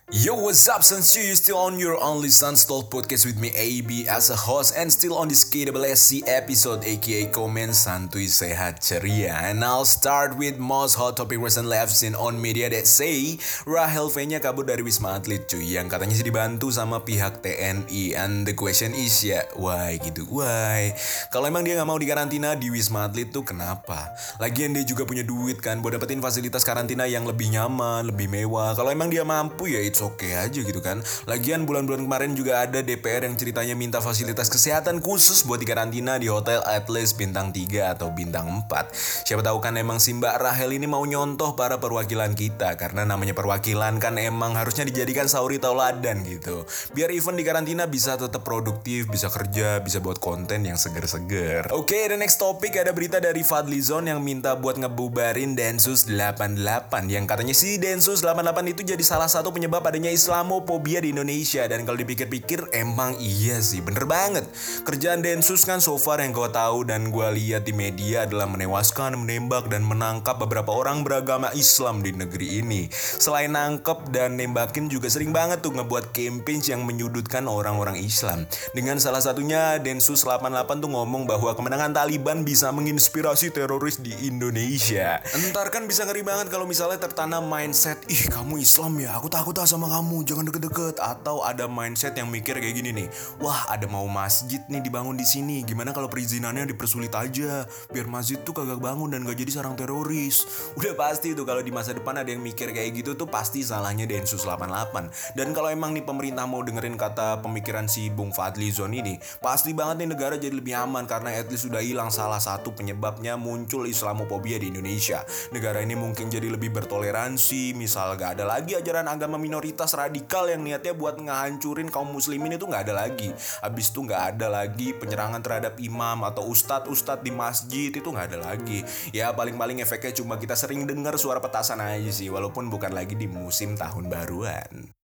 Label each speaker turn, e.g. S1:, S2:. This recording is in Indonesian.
S1: Yo, what's up, Sensu? You still on your only Sunstalk podcast with me, AB, as a host, and still on this KWSC episode, aka Komen Santuy Sehat Ceria. And I'll start with most hot topic recently I've seen on media that say Rahel V-nya kabur dari Wisma Atlet, cuy, yang katanya sih dibantu sama pihak TNI. And the question is, ya, why gitu? Why? Kalau emang dia nggak mau dikarantina di Wisma Atlet tuh kenapa? Lagian dia juga punya duit kan buat dapetin fasilitas karantina yang lebih nyaman, lebih mewah. Kalau emang dia mampu ya it's okay aja gitu kan. Lagian bulan-bulan kemarin juga ada DPR yang ceritanya minta fasilitas kesehatan khusus buat dikarantina di hotel Atlas bintang 3 atau bintang 4. Siapa tahu kan emang si Mbak Rahel ini mau nyontoh para perwakilan kita, karena namanya perwakilan kan emang harusnya dijadikan sauri tauladan gitu. Biar event di karantina bisa tetap produktif, bisa kerja, bisa buat konten yang seger-seger. Oke, the next topic ada berita dari Fadlizon yang minta buat ngebubarin Densus 88, yang katanya si Densus 88 itu jadi salah satu penyebab adanya Islamophobia di Indonesia. Dan kalau dipikir-pikir emang iya sih, bener banget. Kerjaan Densus kan so far yang gue tahu dan gue lihat di media adalah menewaskan, menembak, dan menangkap beberapa orang beragama Islam di negeri ini. Selain nangkep dan nembakin juga sering banget tuh ngebuat campaigns yang menyudutkan orang-orang Islam. Dengan salah satunya Densus 88 tuh ngomong bahwa kemenangan Taliban bisa menginspirasi teroris di Indonesia. Entar kan bisa ngeri banget kalau misalnya tertanam mindset, ih kamu Islam ya, aku takut sama kamu, jangan deket-deket. Atau ada mindset yang mikir kayak gini nih, wah ada mau masjid nih dibangun di sini, gimana kalau perizinannya dipersulit aja, biar masjid tuh kagak bangun dan gak jadi sarang teroris. Udah pasti tuh kalau di masa depan ada yang mikir kayak gitu tuh pasti salahnya Densus 88. Dan kalau emang nih pemerintah mau dengerin kata pemikiran si Bung Fadlizon ini, pasti banget nih negara jadi lebih aman, karena at least sudah hilang salah satu penyebabnya muncul Islamophobia di Indonesia. Negara ini mungkin jadi lebih bertoleransi, misal gak ada lagi ajaran agama minoritas radikal yang niatnya buat ngehancurin kaum muslimin, itu gak ada lagi. Habis itu gak ada lagi penyerangan terhadap imam atau ustadz di masjid, itu gak ada lagi. Ya paling-paling efeknya cuma kita sering dengar suara petasan aja sih, walaupun bukan lagi di musim tahun baruan.